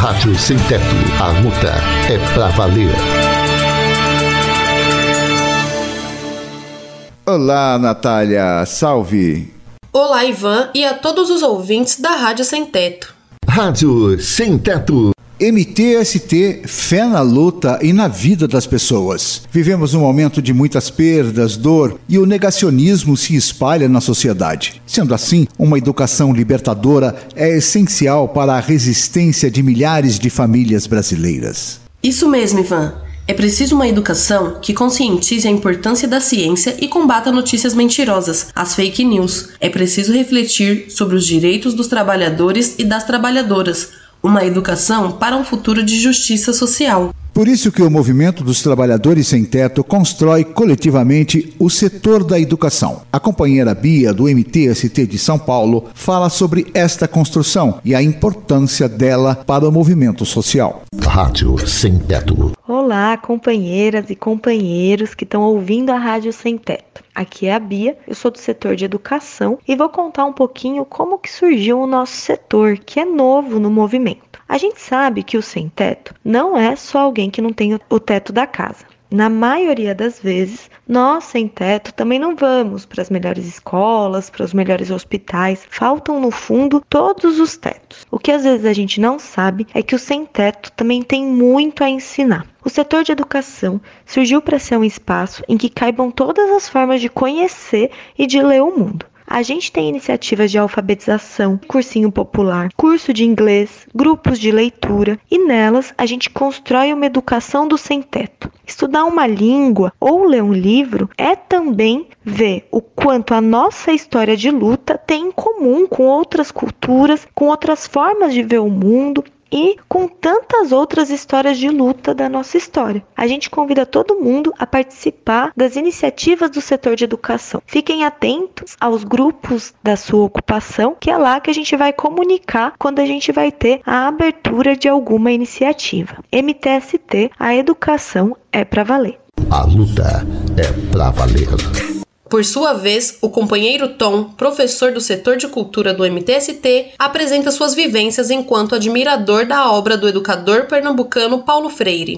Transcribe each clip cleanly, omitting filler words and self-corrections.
Rádio Sem Teto, a luta é pra valer. Olá, Natália, salve! Olá, Ivan, e a todos os ouvintes da Rádio Sem Teto. Rádio Sem Teto. MTST, fé na luta e na vida das pessoas. Vivemos um momento de muitas perdas, dor e o negacionismo se espalha na sociedade. Sendo assim, uma educação libertadora é essencial para a resistência de milhares de famílias brasileiras. Isso mesmo, Ivan. É preciso uma educação que conscientize a importância da ciência e combata notícias mentirosas, as fake news. É preciso refletir sobre os direitos dos trabalhadores e das trabalhadoras. Uma educação para um futuro de justiça social. Por isso que o Movimento dos Trabalhadores Sem Teto constrói coletivamente o setor da educação. A companheira Bia, do MTST de São Paulo, fala sobre esta construção e a importância dela para o movimento social. Rádio Sem Teto. Olá, companheiras e companheiros que estão ouvindo a Rádio Sem Teto. Aqui é a Bia, eu sou do setor de educação e vou contar um pouquinho como que surgiu o nosso setor, que é novo no movimento. A gente sabe que o sem teto não é só alguém que não tem o teto da casa. Na maioria das vezes, nós sem teto também não vamos para as melhores escolas, para os melhores hospitais. Faltam, no fundo, todos os tetos. O que às vezes a gente não sabe é que o sem teto também tem muito a ensinar. O setor de educação surgiu para ser um espaço em que caibam todas as formas de conhecer e de ler o mundo. A gente tem iniciativas de alfabetização, cursinho popular, curso de inglês, grupos de leitura e nelas a gente constrói uma educação do sem-teto. Estudar uma língua ou ler um livro é também ver o quanto a nossa história de luta tem em comum com outras culturas, com outras formas de ver o mundo e com tantas outras histórias de luta da nossa história. A gente convida todo mundo a participar das iniciativas do setor de educação. Fiquem atentos aos grupos da sua ocupação, que é lá que a gente vai comunicar quando a gente vai ter a abertura de alguma iniciativa. MTST, a educação é pra valer. A luta é pra valer. Por sua vez, o companheiro Tom, professor do setor de cultura do MTST, apresenta suas vivências enquanto admirador da obra do educador pernambucano Paulo Freire.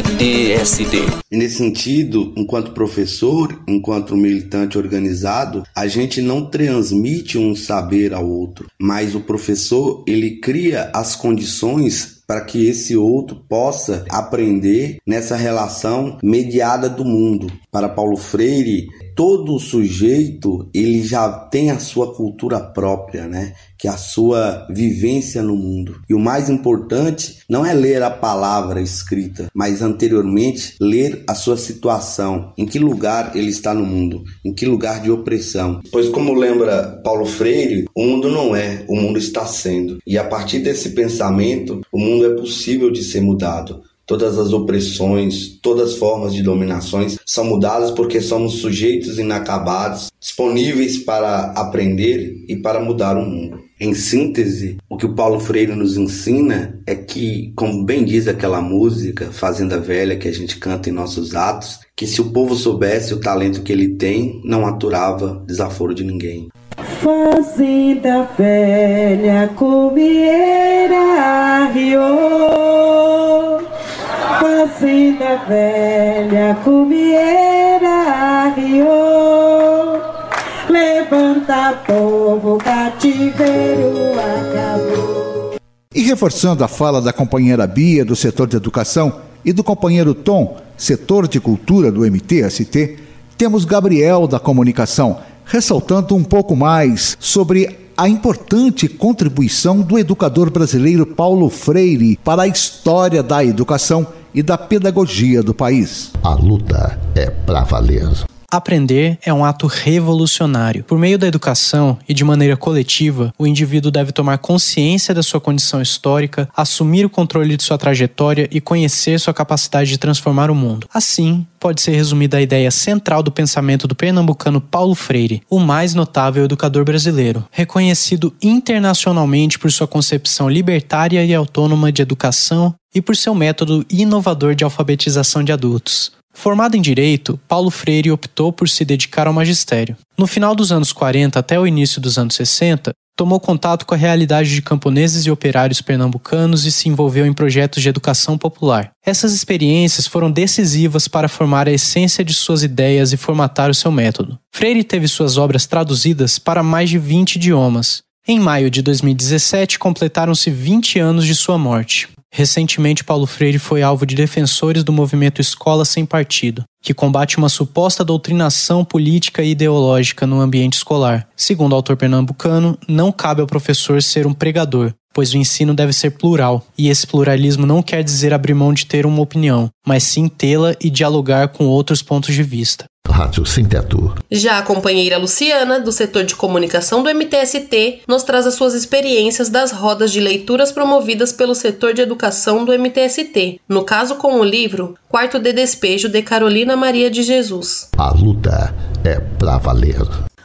MTST. E nesse sentido, enquanto professor, enquanto militante organizado, a gente não transmite um saber ao outro, mas o professor, ele cria as condições para que esse outro possa aprender nessa relação mediada do mundo. Para Paulo Freire, todo sujeito ele já tem a sua cultura própria, né? Que é a sua vivência no mundo. E o mais importante não é ler a palavra escrita, mas anteriormente ler a sua situação, em que lugar ele está no mundo, em que lugar de opressão. Pois como lembra Paulo Freire, o mundo não é, o mundo está sendo. E a partir desse pensamento, o mundo é possível de ser mudado. Todas as opressões, todas as formas de dominações são mudadas porque somos sujeitos inacabados, disponíveis para aprender e para mudar o mundo. Em síntese, o que o Paulo Freire nos ensina é que, como bem diz aquela música Fazenda Velha que a gente canta em nossos atos, que se o povo soubesse o talento que ele tem, não aturava desaforo de ninguém. Fazenda velha, comieira, rio. Fazenda velha, comieira, rio. Levanta, povo, cativeiro acabou. E reforçando a fala da companheira Bia, do setor de educação, e do companheiro Tom, setor de cultura do MTST, temos Gabriel, da comunicação, ressaltando um pouco mais sobre a importante contribuição do educador brasileiro Paulo Freire para a história da educação e da pedagogia do país. A luta é pra valer. Aprender é um ato revolucionário. Por meio da educação e de maneira coletiva, o indivíduo deve tomar consciência da sua condição histórica, assumir o controle de sua trajetória e conhecer sua capacidade de transformar o mundo. Assim, pode ser resumida a ideia central do pensamento do pernambucano Paulo Freire, o mais notável educador brasileiro, reconhecido internacionalmente por sua concepção libertária e autônoma de educação e por seu método inovador de alfabetização de adultos. Formado em Direito, Paulo Freire optou por se dedicar ao magistério. No final dos anos 40 até o início dos anos 60, tomou contato com a realidade de camponeses e operários pernambucanos e se envolveu em projetos de educação popular. Essas experiências foram decisivas para formar a essência de suas ideias e formatar o seu método. Freire teve suas obras traduzidas para mais de 20 idiomas. Em maio de 2017, completaram-se 20 anos de sua morte. Recentemente, Paulo Freire foi alvo de defensores do movimento Escola Sem Partido, que combate uma suposta doutrinação política e ideológica no ambiente escolar. Segundo o autor pernambucano, não cabe ao professor ser um pregador, pois o ensino deve ser plural, e esse pluralismo não quer dizer abrir mão de ter uma opinião, mas sim tê-la e dialogar com outros pontos de vista. Rádio Sem Teto. Já a companheira Luciana, do setor de comunicação do MTST, nos traz as suas experiências das rodas de leituras promovidas pelo setor de educação do MTST, no caso com o livro Quarto de Despejo, de Carolina Maria de Jesus. A luta é pra valer.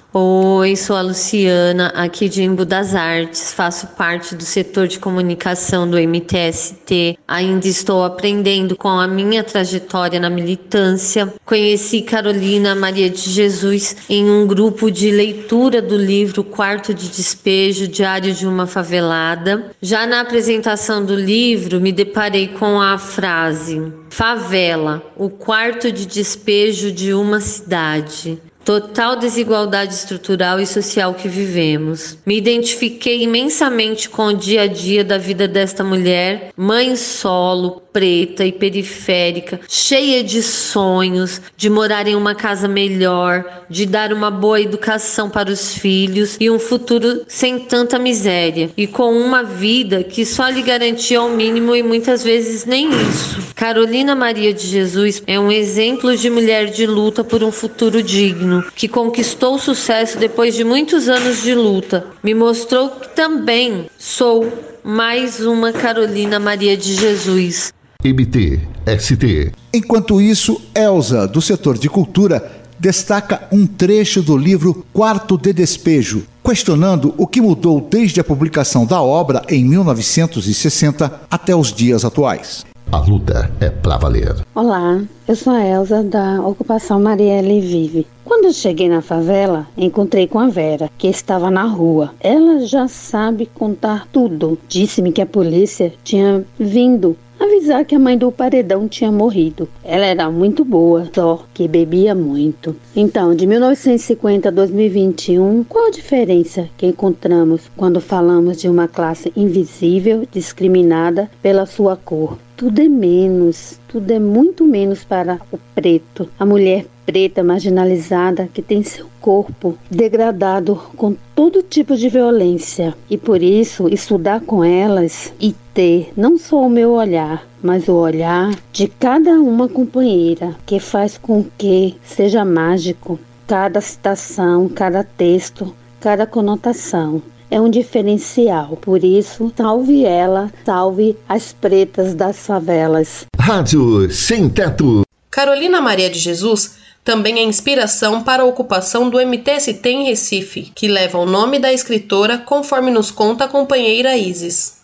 Oi, sou a Luciana, aqui de Embu das Artes, faço parte do setor de comunicação do MTST, ainda estou aprendendo com a minha trajetória na militância. Conheci Carolina Maria de Jesus em um grupo de leitura do livro Quarto de Despejo, Diário de uma Favelada. Já na apresentação do livro, me deparei com a frase: favela, o quarto de despejo de uma cidade. Total desigualdade estrutural e social que vivemos. Me identifiquei imensamente com o dia a dia da vida desta mulher, mãe solo, preta e periférica, cheia de sonhos, de morar em uma casa melhor, de dar uma boa educação para os filhos e um futuro sem tanta miséria, e com uma vida que só lhe garantia o mínimo e muitas vezes nem isso. Carolina Maria de Jesus é um exemplo de mulher de luta por um futuro digno, que conquistou sucesso depois de muitos anos de luta. Me mostrou que também sou mais uma Carolina Maria de Jesus. MTST. Enquanto isso, Elza, do setor de cultura, destaca um trecho do livro Quarto de Despejo, questionando o que mudou desde a publicação da obra em 1960 até os dias atuais. A luta é pra valer. Olá, eu sou a Elza da Ocupação Marielle Vive. Quando eu cheguei na favela, encontrei com a Vera, que estava na rua. Ela já sabe contar tudo. Disse-me que a polícia tinha vindo avisar que a mãe do paredão tinha morrido. Ela era muito boa, só que bebia muito. Então, de 1950 a 2021, qual a diferença que encontramos quando falamos de uma classe invisível, discriminada pela sua cor? Tudo é menos, tudo é muito menos para o preto, a mulher preta marginalizada que tem seu corpo degradado com todo tipo de violência. E por isso, estudar com elas e ter não só o meu olhar, mas o olhar de cada uma companheira, que faz com que seja mágico cada citação, cada texto, cada conotação. É um diferencial. Por isso, salve ela, salve as pretas das favelas. Rádio Sem Teto. Carolina Maria de Jesus também é inspiração para a ocupação do MTST em Recife, que leva o nome da escritora, conforme nos conta a companheira Isis.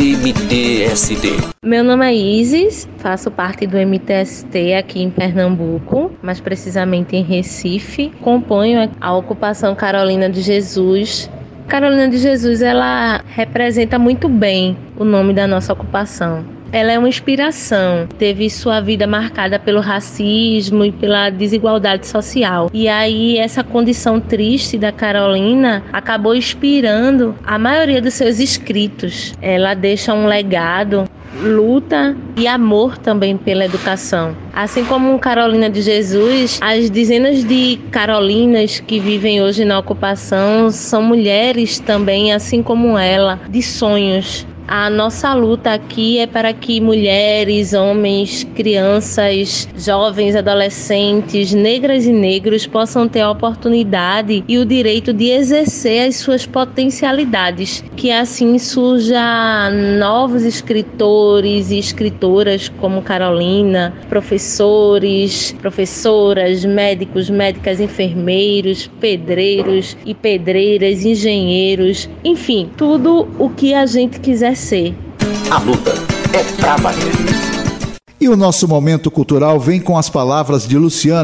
MTST. Meu nome é Isis, faço parte do MTST aqui em Pernambuco, mais precisamente em Recife. Componho a ocupação Carolina de Jesus. Carolina de Jesus, ela representa muito bem o nome da nossa ocupação. Ela é uma inspiração, teve sua vida marcada pelo racismo e pela desigualdade social. E aí essa condição triste da Carolina acabou inspirando a maioria dos seus escritos. Ela deixa um legado, luta e amor também pela educação. Assim como Carolina de Jesus, as dezenas de Carolinas que vivem hoje na ocupação são mulheres também, assim como ela, de sonhos. A nossa luta aqui é para que mulheres, homens, crianças, jovens, adolescentes, negras e negros possam ter a oportunidade e o direito de exercer as suas potencialidades, que assim surja novos escritores e escritoras como Carolina, professores, professoras, médicos, médicas, enfermeiros, pedreiros e pedreiras, engenheiros, enfim, tudo o que a gente quiser ser. A luta é pra valer. E o nosso momento cultural vem com as palavras de Luciana,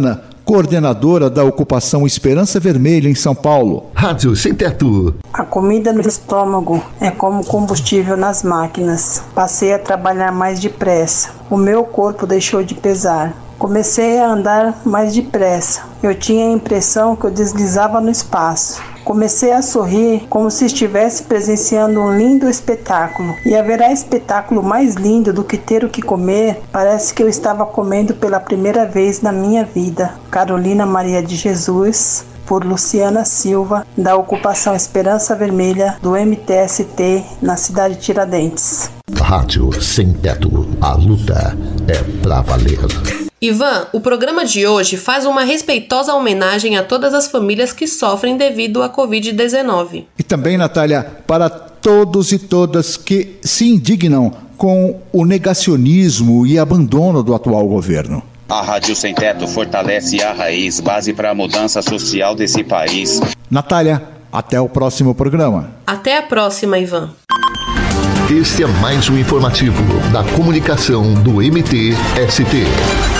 coordenadora da ocupação Esperança Vermelha em São Paulo. Rádio Sem Teto. A comida no estômago é como combustível nas máquinas. Passei a trabalhar mais depressa. O meu corpo deixou de pesar. Comecei a andar mais depressa. Eu tinha a impressão que eu deslizava no espaço. Comecei a sorrir como se estivesse presenciando um lindo espetáculo. E haverá espetáculo mais lindo do que ter o que comer? Parece que eu estava comendo pela primeira vez na minha vida. Carolina Maria de Jesus, por Luciana Silva, da ocupação Esperança Vermelha do MTST na cidade de Tiradentes. Rádio Sem Teto. A luta é pra valer. Ivan, o programa de hoje faz uma respeitosa homenagem a todas as famílias que sofrem devido à Covid-19. E também, Natália, para todos e todas que se indignam com o negacionismo e abandono do atual governo. A Rádio Sem Teto fortalece a raiz, base para a mudança social desse país. Natália, até o próximo programa. Até a próxima, Ivan. Este é mais um informativo da comunicação do MTST.